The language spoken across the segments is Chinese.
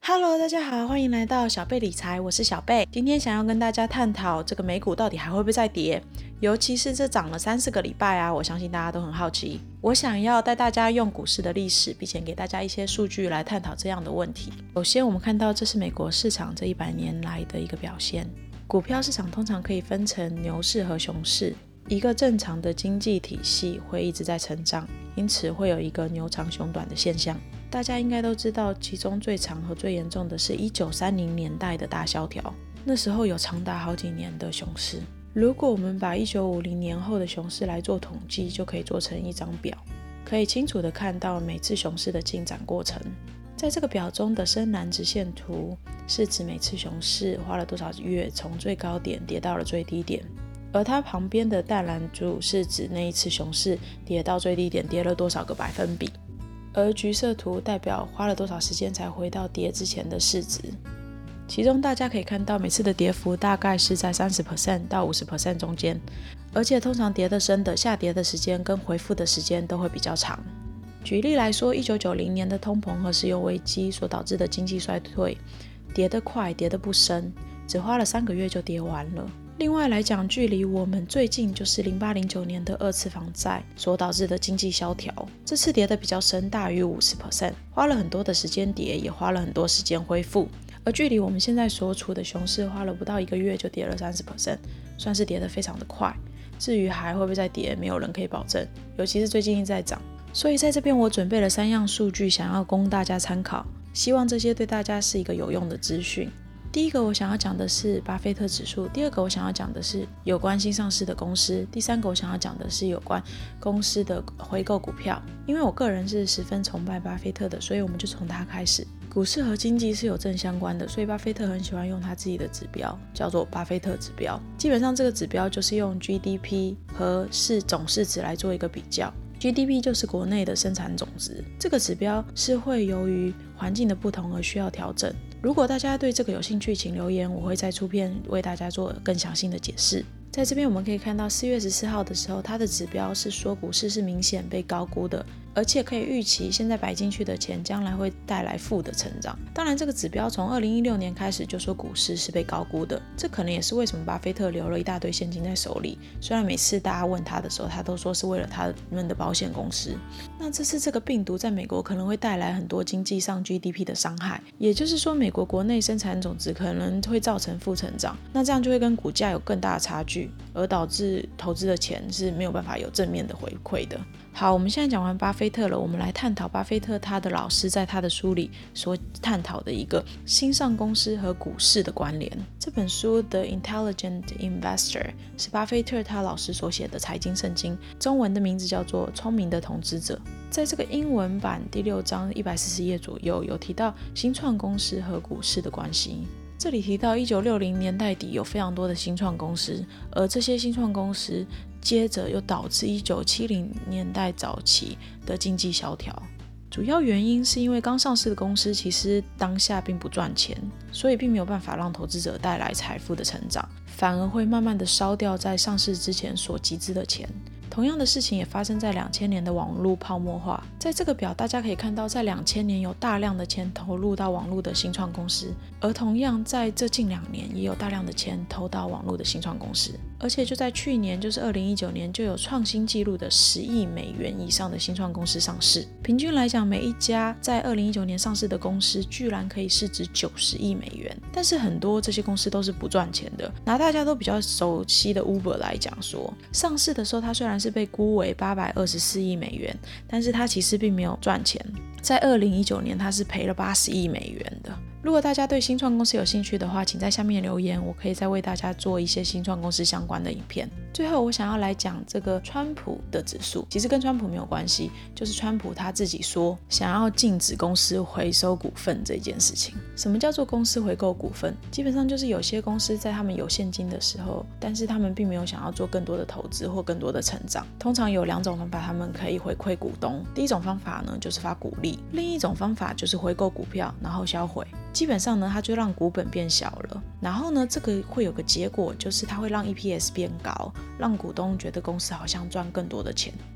Hello，大家好，欢迎来到小贝理财，我是小贝。今天想要跟大家探讨这个美股到底还会不会再跌，尤其是这涨了3-4个礼拜啊，我相信大家都很好奇。我想要带大家用股市的历史，并且给大家一些数据来探讨这样的问题。首先，我们看到这是美国市场这100年来的一个表现。股票市场通常可以分成牛市和熊市。一个正常的经济体系会一直在成长，因此会有一个牛长熊短的现象。大家应该都知道，其中最长和最严重的是1930年代的大萧条，那时候有长达好几年的熊市。如果我们把1950年后的熊市来做统计，就可以做成一张表，可以清楚地看到每次熊市的进展过程。在这个表中的深蓝直线图是指每次熊市花了多少月从最高点跌到了最低点，而它旁边的淡蓝柱是指那一次熊市跌到最低点跌了多少个百分比，而橘色图代表花了多少时间才回到跌之前的市值。其中大家可以看到每次的跌幅大概是在 30% 到 50% 中间，而且通常跌得深的下跌的时间跟回复的时间都会比较长。举例来说，1990年的通膨和石油危机所导致的经济衰退，跌得快跌得不深，只花了3个月就跌完了。另外来讲，距离我们最近就是08-09年的2次房债所导致的经济萧条，这次跌得比较深，大于 50%， 花了很多的时间跌，也花了很多时间恢复。而距离我们现在所处的熊市花了不到1个月就跌了 30%， 算是跌得非常的快。至于还会不会再跌，没有人可以保证，尤其是最近一直在涨。所以在这边我准备了3样数据想要供大家参考，希望这些对大家是一个有用的资讯。第一个我想要讲的是巴菲特指数，第二个我想要讲的是有关新上市的公司，第三个我想要讲的是有关公司的回购股票。因为我个人是十分崇拜巴菲特的，所以我们就从他开始。股市和经济是有正相关的，所以巴菲特很喜欢用他自己的指标，叫做巴菲特指标。基本上这个指标就是用 GDP 和总市值来做一个比较。GDP 就是国内的生产总值，这个指标是会由于环境的不同而需要调整。如果大家对这个有兴趣，请留言，我会再出片为大家做更详细的解释。在这边我们可以看到4月14号的时候，它的指标是说股市是明显被高估的，而且可以预期现在摆进去的钱将来会带来负的成长。当然这个指标从2016年开始就说股市是被高估的，这可能也是为什么巴菲特留了一大堆现金在手里，虽然每次大家问他的时候他都说是为了他们的保险公司。那这次这个病毒在美国可能会带来很多经济上 GDP 的伤害，也就是说美国国内生产总值可能会造成负成长，那这样就会跟股价有更大的差距，而导致投资的钱是没有办法有正面的回馈的。好，我们现在讲完巴菲特了，我们来探讨巴菲特他的老师在他的书里所探讨的一个新上公司和股市的关联。这本书的 Intelligent Investor 是巴菲特他老师所写的财经圣经，中文的名字叫做聪明的投资者。在这个英文版第6章140页左右有提到新创公司和股市的关系。这里提到1960年代底有非常多的新创公司，而这些新创公司接着又导致1970年代早期的经济萧条。主要原因是因为刚上市的公司其实当下并不赚钱，所以并没有办法让投资者带来财富的成长，反而会慢慢的烧掉在上市之前所集资的钱。同样的事情也发生在2000年的网络泡沫化。在这个表大家可以看到，在2000年有大量的钱投入到网络的新创公司，而同样在这近2年也有大量的钱投到网络的新创公司，而且就在去年就是2019年就有创新纪录的10亿美元以上的新创公司上市。平均来讲，每一家在2019年上市的公司居然可以市值90亿美元，但是很多这些公司都是不赚钱的。拿大家都比较熟悉的 Uber 来讲说，上市的时候它虽然是被估为824亿美元，但是它其实并没有赚钱，在2019年它是赔了80亿美元的。如果大家对新创公司有兴趣的话，请在下面留言，我可以再为大家做一些新创公司相关的影片。最后我想要来讲这个川普的指数，其实跟川普没有关系，就是川普他自己说想要禁止公司回收股份这件事情。什么叫做公司回购股份？基本上就是有些公司在他们有现金的时候，但是他们并没有想要做更多的投资或更多的成长，通常有2种方法他们可以回馈股东。第一种方法呢就是发股利，另一种方法就是回购股票然后销毁。基本上呢它就让股本变小了，然后呢这个会有个结果，就是它会让 EPS 变高，让股东觉得公司好像赚更多的钱。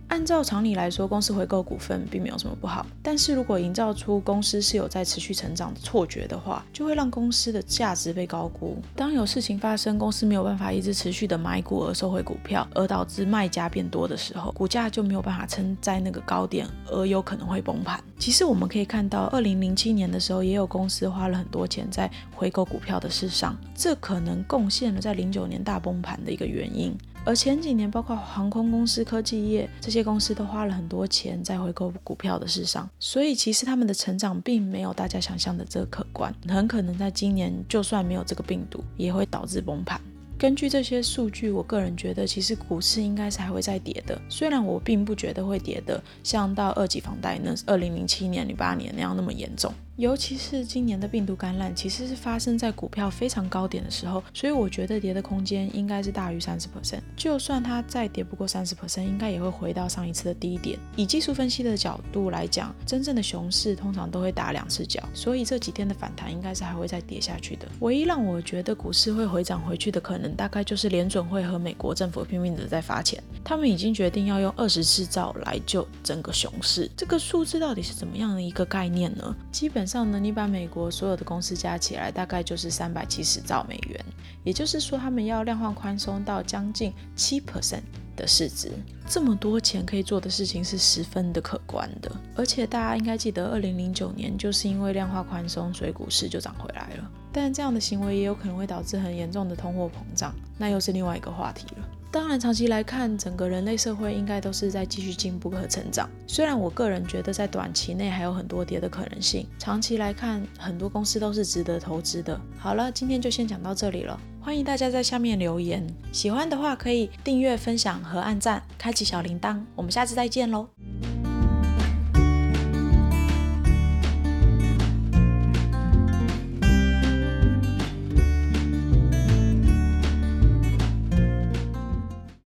按照常理来说，公司回购股份并没有什么不好，但是如果营造出公司是有在持续成长的错觉的话，就会让公司的价值被高估。当有事情发生，公司没有办法一直持续的买股而收回股票，而导致卖家变多的时候，股价就没有办法撑在那个高点，而有可能会崩盘。其实我们可以看到2007年的时候，也有公司花了很多钱在回购股票的事上，这可能贡献了在09年大崩盘的一个原因。而前几年包括航空公司、科技业这些公司都花了很多钱在回购股票的事上，所以其实他们的成长并没有大家想象的这个可观，很可能在今年就算没有这个病毒，也会导致崩盘。根据这些数据，我个人觉得其实股市应该是还会再跌的，虽然我并不觉得会跌的像到二级房贷那2007年、08年那样那么严重。尤其是今年的病毒感染其实是发生在股票非常高点的时候，所以我觉得跌的空间应该是大于 30%， 就算它再跌不过 30%， 应该也会回到上一次的低点。以技术分析的角度来讲，真正的熊市通常都会打2次脚，所以这几天的反弹应该是还会再跌下去的。唯一让我觉得股市会回涨回去的可能，大概就是联准会和美国政府拼命的在发钱，他们已经决定要用24兆来救整个熊市。这个数字到底是怎么样的一个概念呢？基本上呢，你把美国所有的公司加起来大概就是370兆美元，也就是说他们要量化宽松到将近 7% 的市值。这么多钱可以做的事情是十分的可观的，而且大家应该记得2009年就是因为量化宽松，所以股市就涨回来了。但这样的行为也有可能会导致很严重的通货膨胀，那又是另外一个话题了。当然长期来看，整个人类社会应该都是在继续进步和成长，虽然我个人觉得在短期内还有很多跌的可能性，长期来看很多公司都是值得投资的。好了，今天就先讲到这里了，欢迎大家在下面留言，喜欢的话可以订阅、分享和按赞，开启小铃铛，我们下次再见咯。